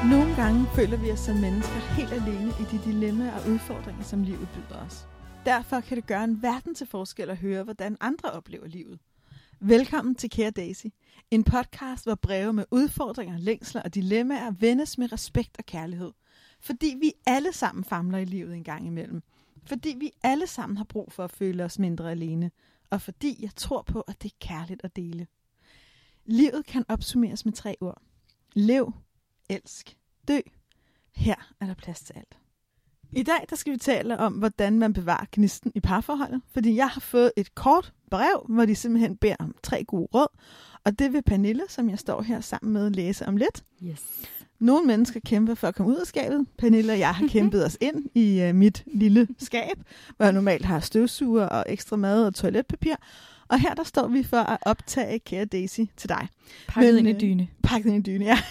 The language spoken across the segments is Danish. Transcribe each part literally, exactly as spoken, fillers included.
Nogle gange føler vi os som mennesker helt alene i de dilemmaer og udfordringer, som livet byder os. Derfor kan det gøre en verden til forskel at høre, hvordan andre oplever livet. Velkommen til Kære Daisy, en podcast, hvor breve med udfordringer, længsler og dilemmaer vendes med respekt og kærlighed. Fordi vi alle sammen famler i livet en gang imellem. Fordi vi alle sammen har brug for at føle os mindre alene. Og fordi jeg tror på, at det er kærligt at dele. Livet kan opsummeres med tre ord. Lev, elsk, dø. Her er der plads til alt. I dag der skal vi tale om, hvordan man bevarer gnisten i parforholdet. Fordi jeg har fået et kort brev, hvor de simpelthen beder om tre gode råd. Og det vil Pernille, som jeg står her sammen med, læse om lidt. Yes. Nogle mennesker kæmper for at komme ud af skabet. Pernille og jeg har kæmpet os ind i uh, mit lille skab, hvor jeg normalt har støvsuger og ekstra mad og toiletpapir. Og her der står vi for at optage Kære Daisy til dig. Pakket ind i dyne. Pakket ind i dyne, ja.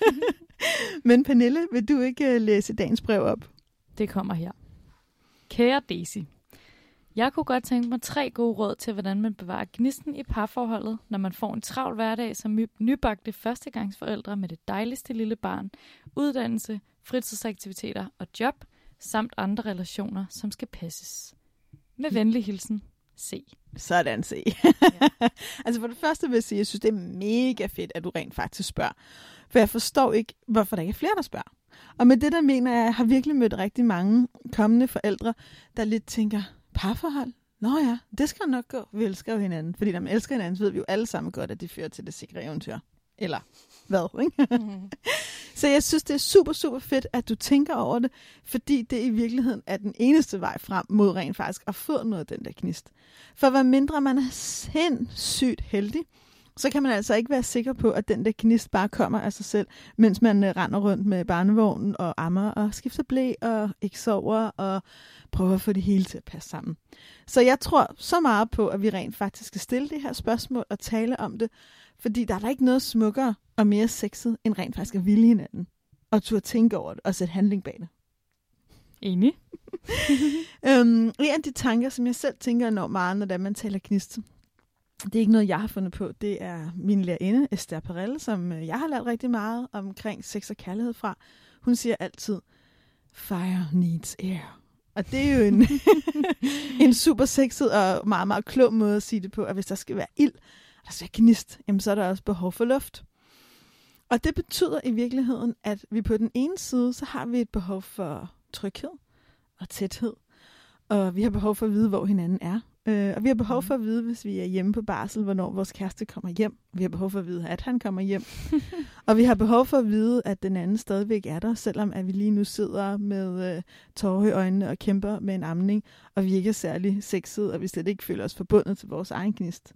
Men Pernille, vil du ikke uh, læse dagens brev op? Det kommer her. Kære Daisy. Jeg kunne godt tænke mig tre gode råd til, hvordan man bevarer gnisten i parforholdet, når man får en travl hverdag som nybagte førstegangsforældre med det dejligste lille barn, uddannelse, fritidsaktiviteter og job, samt andre relationer, som skal passes. Med venlig hilsen, C. Sådan, C. Ja. Altså for det første vil jeg sige, at jeg synes, det er mega fedt, at du rent faktisk spørger. For jeg forstår ikke, hvorfor der ikke er flere, der spørger. Og med det der mener jeg, at jeg har virkelig mødt rigtig mange kommende forældre, der lidt tænker, parforhold? Nå ja, det skal nok gå. Vi elsker jo hinanden. Fordi når man elsker hinanden, så ved vi jo alle sammen godt, at det fører til det sikre eventyr. Eller hvad, ikke? Mm. Så jeg synes, det er super, super fedt, at du tænker over det, fordi det i virkeligheden er den eneste vej frem mod rent faktisk at få noget af den der gnist. For hvad mindre man er sindssygt heldig, så kan man altså ikke være sikker på, at den der gnist bare kommer af sig selv, mens man uh, render rundt med barnevognen og ammer og skifter blæ og ikke sover og prøver at få det hele til at passe sammen. Så jeg tror så meget på, at vi rent faktisk skal stille det her spørgsmål og tale om det, fordi der er der ikke noget smukkere og mere sexet, end rent faktisk at ville hinanden. Og turde tænke over det og sætte handling bag det. Enig. øhm, en af de tanker, som jeg selv tænker enormt meget, når man taler gnist, det er ikke noget, jeg har fundet på. Det er min lærerinde, Esther Perel, som jeg har lært rigtig meget omkring sex og kærlighed fra. Hun siger altid, fire needs air. Og det er jo en, en super sexet og meget, meget klog måde at sige det på, at hvis der skal være ild, og der skal være gnist, jamen så er der også behov for luft. Og det betyder i virkeligheden, at vi på den ene side, så har vi et behov for tryghed og tæthed. Og vi har behov for at vide, hvor hinanden er. Øh, og vi har behov for at vide, hvis vi er hjemme på barsel, hvornår vores kæreste kommer hjem. Vi har behov for at vide, at han kommer hjem. Og vi har behov for at vide, at den anden stadigvæk er der, selvom at vi lige nu sidder med øh, tårer i øjnene og kæmper med en amning, og vi ikke er særlig sexede, og vi slet ikke føler os forbundet til vores egen gnist.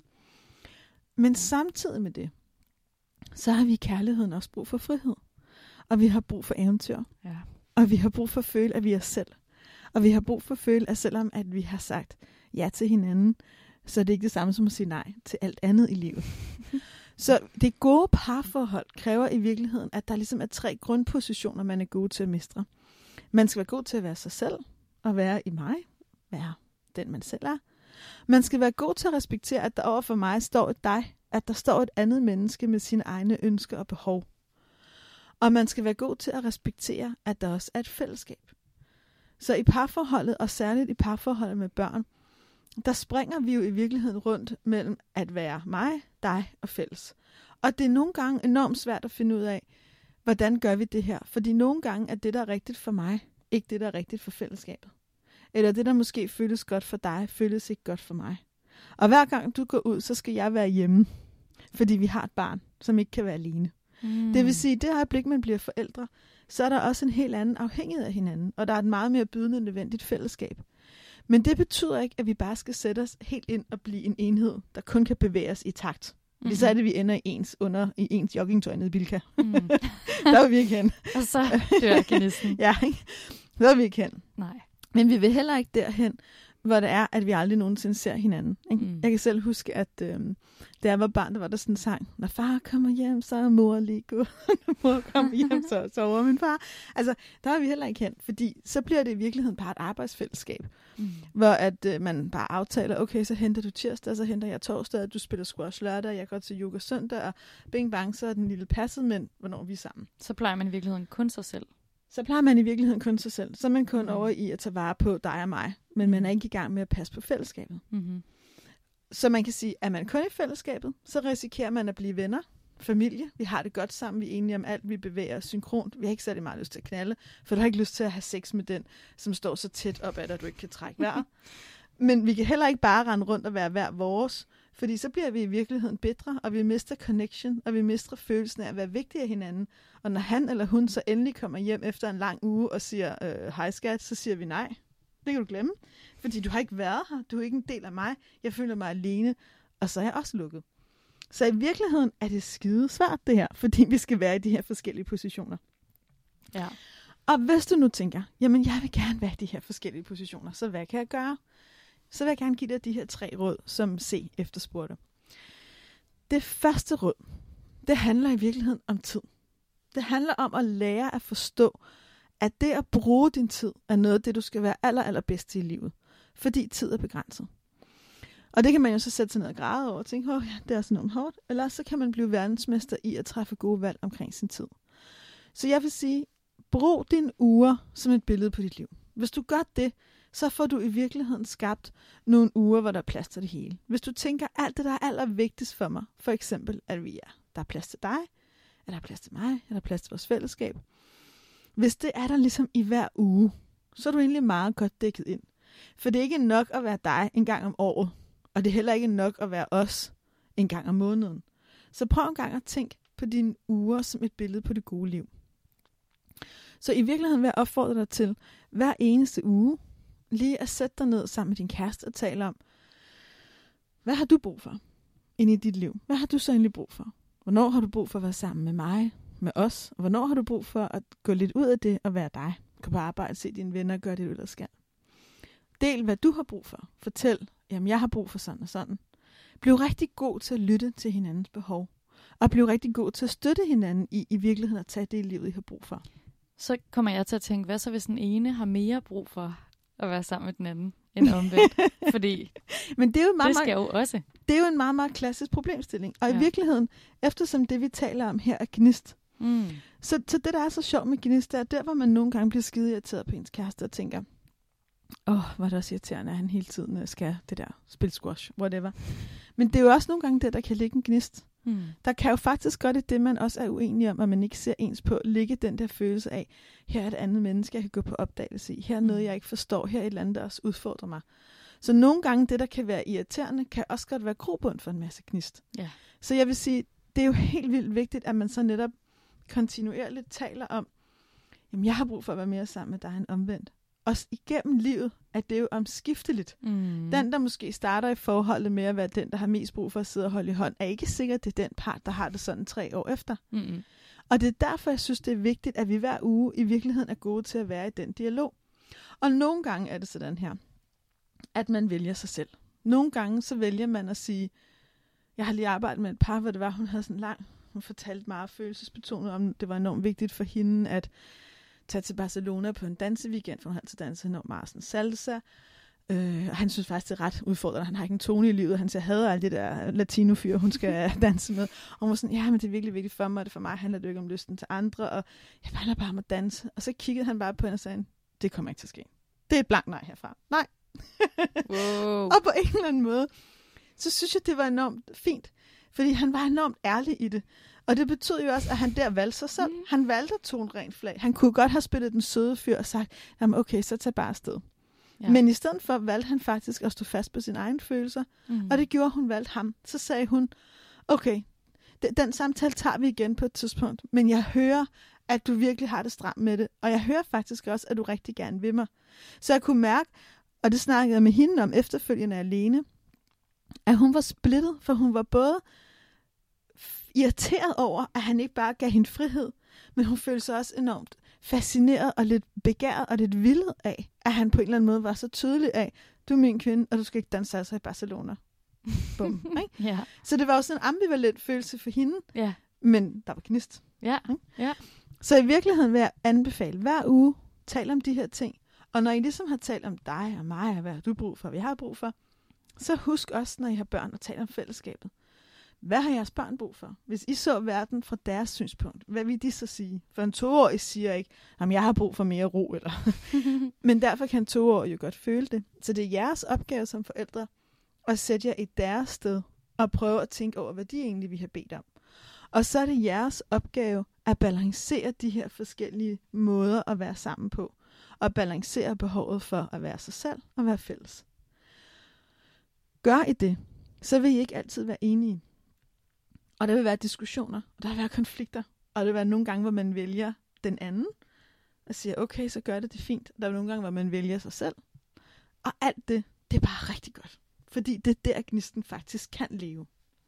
Men samtidig med det, så har vi i kærligheden også brug for frihed. Og vi har brug for eventyr. Ja. Og vi har brug for at føle, at vi er os selv. Og vi har brug for at føle, at selvom at vi har sagt ja til hinanden, så er det ikke det samme som at sige nej til alt andet i livet. Så det gode parforhold kræver i virkeligheden, at der ligesom er tre grundpositioner, man er god til at mestre. Man skal være god til at være sig selv, og være i mig, være den man selv er. Man skal være god til at respektere, at der over for mig står et dig, at der står et andet menneske med sine egne ønsker og behov. Og man skal være god til at respektere, at der også er et fællesskab. Så i parforholdet, og særligt i parforholdet med børn, der springer vi jo i virkeligheden rundt mellem at være mig, dig og fælles. Og det er nogle gange enormt svært at finde ud af, hvordan gør vi det her? Fordi nogle gange er det, der er rigtigt for mig, ikke det, der er rigtigt for fællesskabet. Eller det, der måske føles godt for dig, føles ikke godt for mig. Og hver gang du går ud, så skal jeg være hjemme, fordi vi har et barn, som ikke kan være alene. Mm. Det vil sige, at det øjeblik, man bliver forældre, så er der også en helt anden afhængighed af hinanden, og der er et meget mere bydende nødvendigt fællesskab. Men det betyder ikke, at vi bare skal sætte os helt ind og blive en enhed, der kun kan bevæge os i takt. Mm-hmm. Fordi så er det, vi ender i ens, under, i ens joggingtøj nede i Bilka. Mm. Der er vi ikke hen. Og så dør gnisten. Ja, ikke? Der er vi ikke hen. Nej. Men vi vil heller ikke derhen, hvor det er, at vi aldrig nogensinde ser hinanden. Ikke? Mm. Jeg kan selv huske, at øh, da jeg var barn, der var der sådan en sang, når far kommer hjem, så er mor lige gået. Når mor kommer hjem, så sover min far. Altså, der er vi heller ikke hen, fordi så bliver det i virkeligheden bare et arbejdsfællesskab, mm. hvor at øh, man bare aftaler, okay, så henter du tirsdag, så henter jeg torsdag, du spiller squash lørdag, jeg går til yoga søndag, og bing bang, så er den lille passet, men hvornår er vi sammen? Så plejer man i virkeligheden kun sig selv. Så plejer man i virkeligheden kun sig selv. Så er man kun mm. over i at tage vare på dig og mig, men man er ikke i gang med at passe på fællesskabet. Mm-hmm. Så man kan sige, at man kun i fællesskabet, så risikerer man at blive venner, familie. Vi har det godt sammen, vi er enige om alt, vi bevæger os synkront. Vi har ikke særlig meget lyst til at knalde, for du har ikke lyst til at have sex med den, som står så tæt op ad dig, at du ikke kan trække vejret. Men vi kan heller ikke bare rende rundt og være hver vores, fordi så bliver vi i virkeligheden bedre, og vi mister connection, og vi mister følelsen af at være vigtige af hinanden. Og når han eller hun så endelig kommer hjem efter en lang uge og siger, øh, hej skat, så siger vi nej. Det kan du glemme, fordi du har ikke været her, du er ikke en del af mig, jeg føler mig alene, og så er jeg også lukket. Så i virkeligheden er det skide svært det her, fordi vi skal være i de her forskellige positioner. Ja. Og hvis du nu tænker, jamen jeg vil gerne være i de her forskellige positioner, så hvad kan jeg gøre? Så vil jeg gerne give dig de her tre råd, som C efterspurgte. Det første råd, det handler i virkeligheden om tid. Det handler om at lære at forstå, at det at bruge din tid er noget af det, du skal være aller, allerbedst til i livet. Fordi tid er begrænset. Og det kan man jo så sætte sig ned og græde over og tænke, åh ja, det er sådan noget hårdt. Eller så kan man blive verdensmester i at træffe gode valg omkring sin tid. Så jeg vil sige, brug dine uger som et billede på dit liv. Hvis du gør det, så får du i virkeligheden skabt nogle uger, hvor der er plads til det hele. Hvis du tænker, alt det, der er allervigtigst for mig, for eksempel, at vi er, der er plads til dig, er der plads til mig, er der plads til vores fællesskab. Hvis det er der ligesom i hver uge, så er du egentlig meget godt dækket ind. For det er ikke nok at være dig en gang om året, og det er heller ikke nok at være os en gang om måneden. Så prøv en gang at tænke på dine uger som et billede på det gode liv. Så i virkeligheden vil jeg opfordre dig til, hver eneste uge, lige at sætte dig ned sammen med din kæreste og tale om, hvad har du brug for inde i dit liv? Hvad har du så egentlig brug for? Hvornår har du brug for at være sammen med mig, med os? Og hvornår har du brug for at gå lidt ud af det og være dig? Gå på arbejde, se dine venner, gør det, du ellers skal. Del, hvad du har brug for. Fortæl, jamen jeg har brug for sådan og sådan. Bliv rigtig god til at lytte til hinandens behov. Og bliv rigtig god til at støtte hinanden i, i virkeligheden at tage det i livet, I har brug for. Så kommer jeg til at tænke, hvad så hvis den ene har mere brug for at være sammen med den anden end omvendt? Fordi Men det, er jo meget, det skal jo også. Det er jo en meget, meget klassisk problemstilling. Og ja. I virkeligheden, eftersom det vi taler om her er gnist, mm. så, så det der er så sjovt med gnist, er der hvor man nogle gange bliver skide irriteret på ens kæreste og tænker, åh, oh, hvor er det også irriterende, at han hele tiden skal det der, spille squash, whatever. Men det er jo også nogle gange det, der kan ligge en gnist. Hmm. Der kan jo faktisk godt i det, man også er uenig om, at man ikke ser ens på, ligge den der følelse af, her er et andet menneske, jeg kan gå på opdagelse i. Her er noget, jeg ikke forstår. Her er et eller andet, der også udfordrer mig. Så nogle gange, det der kan være irriterende, kan også godt være grobund for en masse gnist. Ja. Så jeg vil sige, det er jo helt vildt vigtigt, at man så netop kontinuerligt taler om, jamen jeg har brug for at være mere sammen med dig end omvendt. Også igennem livet, at det er jo omskifteligt. Mm. Den, der måske starter i forholdet med at være den, der har mest brug for at sidde og holde i hånd, er ikke sikkert, det er den part, der har det sådan tre år efter. Mm. Og det er derfor, jeg synes, det er vigtigt, at vi hver uge i virkeligheden er gode til at være i den dialog. Og nogle gange er det sådan her, at man vælger sig selv. Nogle gange så vælger man at sige, jeg har lige arbejdet med et par, hvor det var, hun havde sådan lang, hun fortalte meget følelsesbetonet om, det var enormt vigtigt for hende, at tage til Barcelona på en danseweekend, for hun har altid danset enormt meget sådan salsa. Øh, og han synes faktisk, det er ret udfordrende. Han har ikke en tone i livet. Han siger, jeg hader alle de der latino-fyre, hun skal danse med. Og hun var sådan, ja, men det er virkelig vigtigt for mig, og det for mig handler det ikke om lysten til andre, og jeg handler bare om at danse. Og så kiggede han bare på hende og sagde, det kommer ikke til at ske. Det er et blankt nej herfra. Nej. Wow. Og på en eller anden måde, så synes jeg, det var enormt fint, fordi han var enormt ærlig i det. Og det betød jo også, at han der valgte sig selv. Mm. Han valgte at tone rent flag. Han kunne godt have spillet den søde fyr og sagt, jamen okay, så tag bare afsted. Ja. Men i stedet for valgte han faktisk at stå fast på sine egne følelser. Mm. Og det gjorde, hun valgte ham. Så sagde hun, okay, den, den samtale tager vi igen på et tidspunkt. Men jeg hører, at du virkelig har det stramt med det. Og jeg hører faktisk også, at du rigtig gerne vil mig. Så jeg kunne mærke, og det snakkede jeg med hende om efterfølgende alene, at hun var splittet, for hun var både irriteret over, at han ikke bare gav hende frihed, men hun følte sig også enormt fascineret og lidt begæret og lidt vildet af, at han på en eller anden måde var så tydelig af, du er min kvinde, og du skal ikke danse salsa i Barcelona. Bum, ikke? Ja. Så det var også en ambivalent følelse for hende, Ja. men der var gnist. Ja. Ja. Så i virkeligheden vil jeg anbefale hver uge, tal om de her ting. Og når I ligesom har talt om dig og mig, og hvad har du brug for, hvad jeg har brug for, så husk også, når I har børn, at tale om fællesskabet. Hvad har jeres børn brug for? Hvis I så verden fra deres synspunkt, hvad vil de så sige? For en toårig siger ikke, at jeg har brug for mere ro. Eller. Men derfor kan en toårig jo godt føle det. Så det er jeres opgave som forældre at sætte jer i deres sted og prøve at tænke over, hvad de egentlig vil have bedt om. Og så er det jeres opgave at balancere de her forskellige måder at være sammen på. Og balancere behovet for at være sig selv og være fælles. Gør I det, så vil I ikke altid være enige. Og der vil være diskussioner, og der vil være konflikter. Og der vil være nogle gange, hvor man vælger den anden. Og siger, okay, så gør det det fint. Der er nogle gange, hvor man vælger sig selv. Og alt det, det er bare rigtig godt. Fordi det er der, gnisten faktisk kan leve.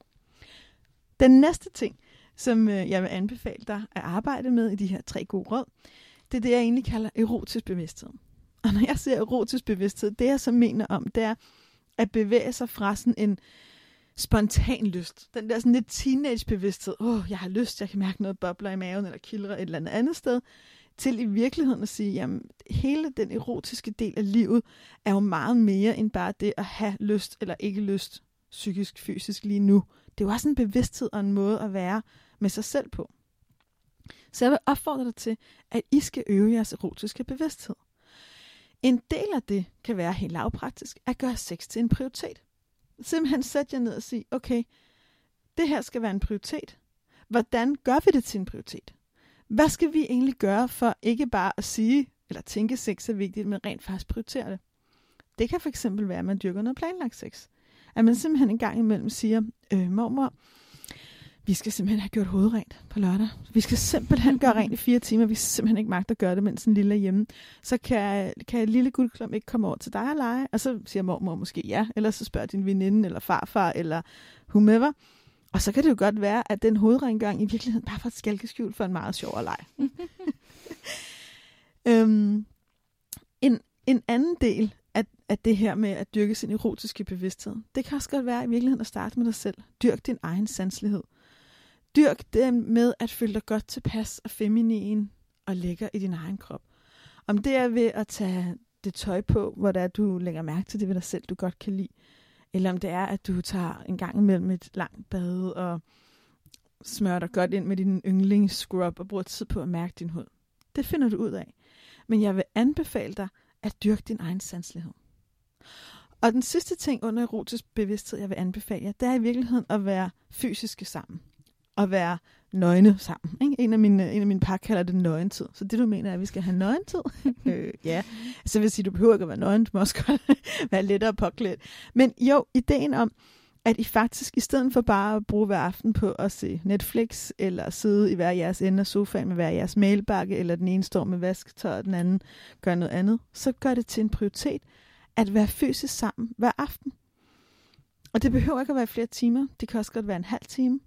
Den næste ting, som jeg vil anbefale dig at arbejde med i de her tre gode råd, det er det, jeg egentlig kalder erotisk bevidsthed. Og når jeg siger erotisk bevidsthed, det jeg så mener om, det er at bevæge sig fra sådan en spontan lyst. Den der sådan lidt teenage-bevidsthed. Åh, oh, jeg har lyst, jeg kan mærke noget bobler i maven, eller kildrer et eller andet andet sted. Til i virkeligheden at sige, jamen, hele den erotiske del af livet er jo meget mere end bare det at have lyst eller ikke lyst, psykisk, fysisk lige nu. Det er jo også en bevidsthed og en måde at være med sig selv på. Så jeg vil opfordre dig til, at I skal øve jeres erotiske bevidsthed. En del af det kan være helt lavpraktisk, at gøre sex til en prioritet. Simpelthen sæt jer ned og sige, okay, det her skal være en prioritet. Hvordan gør vi det til en prioritet? Hvad skal vi egentlig gøre for ikke bare at sige, eller tænke sex er vigtigt, men rent faktisk prioritere det? Det kan fx være, at man dyrker noget planlagt sex. At man simpelthen en gang imellem siger, øh, mormor, vi skal simpelthen have gjort hovedet rent på lørdag. Vi skal simpelthen gøre rent i fire timer. Vi skal simpelthen ikke magte at gøre det, mens en lille er hjemme. Så kan, kan et lille guldklump ikke komme over til dig og lege? Og så siger mormor måske ja. Eller så spørger din veninde, eller farfar, eller whomever. Og så kan det jo godt være, at den hovedrengøring i virkeligheden bare var et skalkeskjul for en meget sjovere leg. øhm, en, en anden del af, af det her med at dyrke sin erotiske bevidsthed, det kan også godt være i virkeligheden at starte med dig selv. Dyrk din egen sanselighed. Dyrk det med at føle dig godt tilpas og feminin og lækker i din egen krop. Om det er ved at tage det tøj på, hvor der du lægger mærke til det ved dig selv, du godt kan lide. Eller om det er, at du tager en gang imellem et langt bad og smører dig godt ind med din yndlingsscrub og bruger tid på at mærke din hud. Det finder du ud af. Men jeg vil anbefale dig at dyrke din egen sanselighed. Og den sidste ting under erotisk bevidsthed, jeg vil anbefale jer, det er i virkeligheden at være fysiske sammen. At være nøgne sammen. Ikke? En af mine, en af mine par kalder det nøgentid. Så det du mener er, at vi skal have nøgentid? øh, ja. Så vil jeg sige, du behøver ikke at være nøgen. Du må også godt være lettere påklædt. Men jo, ideen om, at I faktisk, i stedet for bare at bruge hver aften på at se Netflix, eller sidde i hver jeres ende af sofaen med hver jeres mailbakke, eller den ene står med vasketøj, og den anden gør noget andet, så gør det til en prioritet at være fysisk sammen hver aften. Og det behøver ikke at være flere timer. Det kan også godt være en halv time.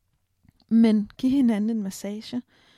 Men giv hinanden en massage.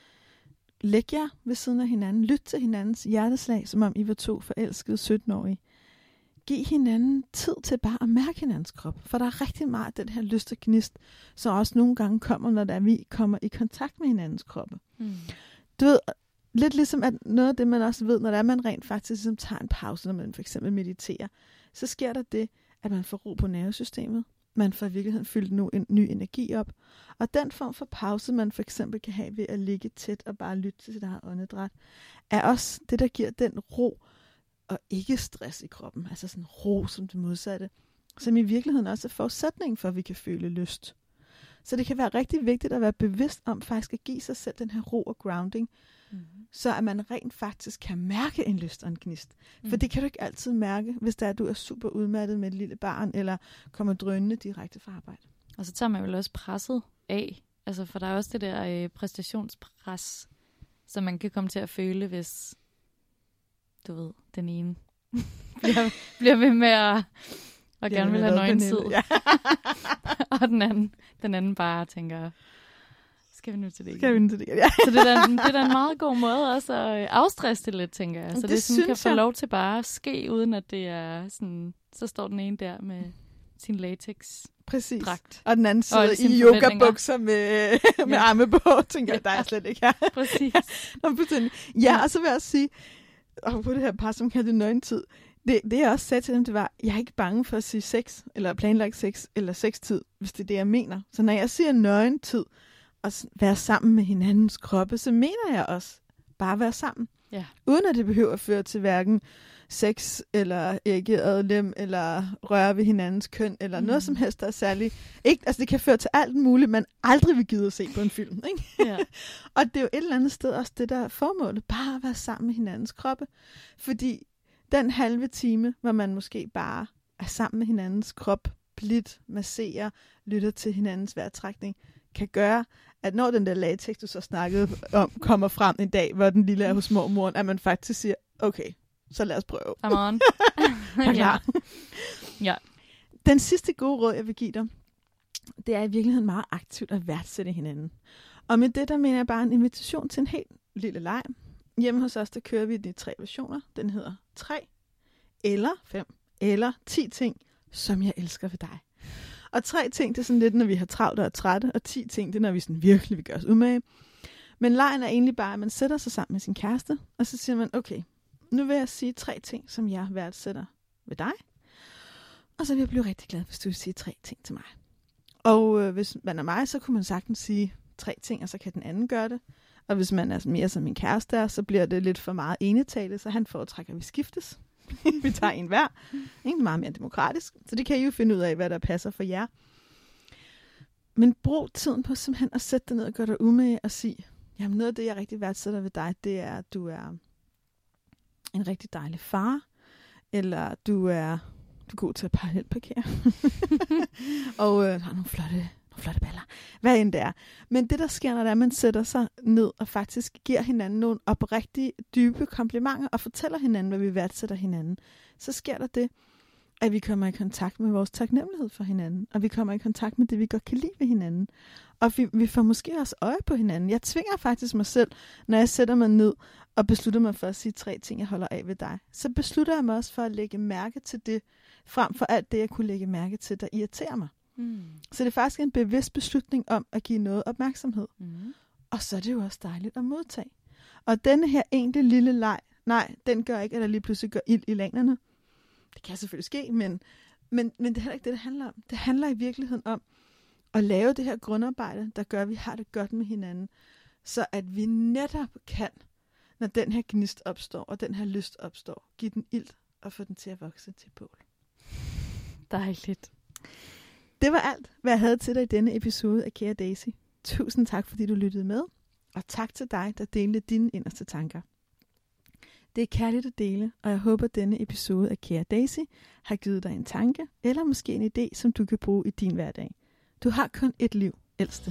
Læg jer ved siden af hinanden. Lyt til hinandens hjerteslag, som om I var to forelskede sytten-årige. Giv hinanden tid til bare at mærke hinandens krop. For der er rigtig meget af den her lyst og gnist, som også nogle gange kommer, når der vi kommer i kontakt med hinandens kroppe. Mm. Du ved, lidt ligesom at noget af det, man også ved, når der er, man rent faktisk ligesom tager en pause, når man for eksempel mediterer, så sker der det, at man får ro på nervesystemet. Man får i virkeligheden fyldt nu en ny energi op. Og den form for pause, man for eksempel kan have ved at ligge tæt og bare lytte til sit eget åndedræt, er også det, der giver den ro og ikke stress i kroppen. Altså sådan ro som det modsatte, som i virkeligheden også er forudsætningen for, at vi kan føle lyst. Så det kan være rigtig vigtigt at være bevidst om faktisk at give sig selv den her ro og grounding, mm-hmm. så at man rent faktisk kan mærke en lyst og en gnist. Mm. For det kan du ikke altid mærke, hvis der er, du er super udmattet med et lille barn, eller kommer drønende direkte fra arbejde. Og så tager man jo også presset af. Altså, for der er også det der øh, præstationspres, som man kan komme til at føle, hvis, du ved, den ene bliver, bliver ved med at og gerne vil have nøgentid. Ja. Og den anden, den anden bare tænker, skal vi nu til det igen. Skal vi nu til det igen, ja. Så det er, da, det er da en meget god måde også at afstresse det lidt, tænker jeg. Så det, det sådan, kan få jeg. lov til bare at ske, uden at det er sådan, så står den ene der med sin latex. Præcis. Dragt. Og den anden sidder alle i sine yogabukser med, med Ja. arme på, tænker jeg, der er slet ikke her. Præcis. Nå, fuldstændig. Ja, og så vil jeg også sige, og på det her par, som kalder det nøgentid, det, det jeg også sagde til dem, det var, jeg er ikke bange for at sige sex, eller planlagt sex, eller sextid, hvis det er det, jeg mener. Så når jeg siger nøgentid, og s- være sammen med hinandens kroppe, så mener jeg også bare være sammen. Ja. Uden at det behøver at føre til hverken sex, eller ægget lem, eller røre ved hinandens køn, eller mm. noget som helst, der er særligt. Ikke, altså det kan føre til alt muligt, man aldrig vil gide at se på en film. Ikke? Ja. Og det er jo et eller andet sted også det, der er formålet. Bare at være sammen med hinandens kroppe. Fordi den halve time, hvor man måske bare er sammen med hinandens krop, blidt, masserer, lytter til hinandens vejrtrækning, kan gøre, at når den der latex, du så snakkede om, kommer frem en dag, hvor den lille er hos mormoren, at man faktisk siger, okay, så lad os prøve. Come on. Jeg er klar. Ja. Den sidste gode råd, jeg vil give dig, det er i virkeligheden meget aktivt at værdsætte hinanden. Og med det, der mener jeg bare en invitation til en helt lille leg. Hjemme hos os, der kører vi den i tre versioner. Den hedder tre, eller fem, eller ti ting, som jeg elsker ved dig. Og tre ting, det er sådan lidt, når vi har travlt og er trætte, og ti ting, det er, når vi sådan virkelig vil gøre os umage. Men lejen er egentlig bare, at man sætter sig sammen med sin kæreste, og så siger man, okay, nu vil jeg sige tre ting, som jeg værdsætter ved dig. Og så vil jeg blive rigtig glad, hvis du vil sige tre ting til mig. Og øh, hvis man er mig, så kunne man sagtens sige tre ting, og så kan den anden gøre det. Og hvis man er mere som min kæreste er, så bliver det lidt for meget enetale, så han foretrækker, at vi skiftes. Vi tager en hver. Ikke meget mere demokratisk. Så det kan I jo finde ud af, hvad der passer for jer. Men brug tiden på simpelthen at sætte dig ned og gøre dig umage og sige, jamen noget af det, jeg rigtig værdsætter ved dig, det er, at du er en rigtig dejlig far, eller du er, du er god til at parallelparkere, og øh, har nogle flotte, nogle flotte baller. Hvad end det er. Men det, der sker, når det er, man sætter sig ned og faktisk giver hinanden nogle oprigtige, dybe komplimenter, og fortæller hinanden, hvad vi værdsætter hinanden, så sker der det, at vi kommer i kontakt med vores taknemmelighed for hinanden, og vi kommer i kontakt med det, vi godt kan lide ved hinanden. Og vi, vi får måske også øje på hinanden. Jeg tvinger faktisk mig selv, når jeg sætter mig ned og beslutter mig for at sige tre ting, jeg holder af ved dig. Så beslutter jeg mig også for at lægge mærke til det, frem for alt det, jeg kunne lægge mærke til, der irriterer mig. Mm. Så det er faktisk en bevidst beslutning om at give noget opmærksomhed. Mm. Og så er det jo også dejligt at modtage. Og denne her enkle lille leg, nej, den gør ikke, at der lige pludselig går ild i lanerne. Det kan selvfølgelig ske, men, men, men det er heller ikke det, det handler om. Det handler i virkeligheden om at lave det her grundarbejde, der gør, at vi har det godt med hinanden, så at vi netop kan, når den her gnist opstår, og den her lyst opstår, give den ild og få den til at vokse til bål. Dejligt. Det var alt, hvad jeg havde til dig i denne episode af Kære Daisy. Tusind tak, fordi du lyttede med, og tak til dig, der delte dine inderste tanker. Det er kærligt at dele, og jeg håber, at denne episode af Kære Daisy har givet dig en tanke, eller måske en idé, som du kan bruge i din hverdag. Du har kun et liv, ældste.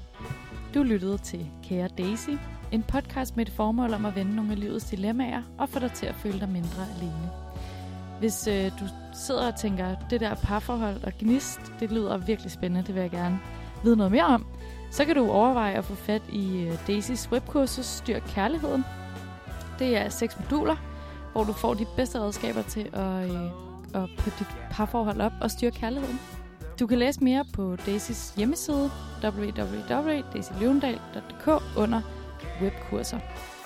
Du lyttede til Kære Daisy, en podcast med et formål om at vende nogle af livets dilemmaer og få dig til at føle dig mindre alene. Hvis øh, du sidder og tænker, det der parforhold og gnist, det lyder virkelig spændende, det vil jeg gerne vide noget mere om, så kan du overveje at få fat i øh, Daisys webkursus Styrk Kærligheden. Det er seks moduler, hvor du får de bedste redskaber til at, øh, at putte dit parforhold op og styrke kærligheden. Du kan læse mere på Daisys hjemmeside w w w punktum daisy løvendal punktum d k under webkurser.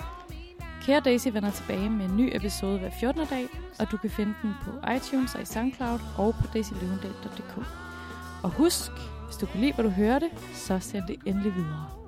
Kære Daisy vender tilbage med en ny episode hver fjortende dag, og du kan finde den på iTunes og i SoundCloud og på daisy løvendal punktum d k. Og husk, hvis du kunne lide, hvad du hørte, så send det endelig videre.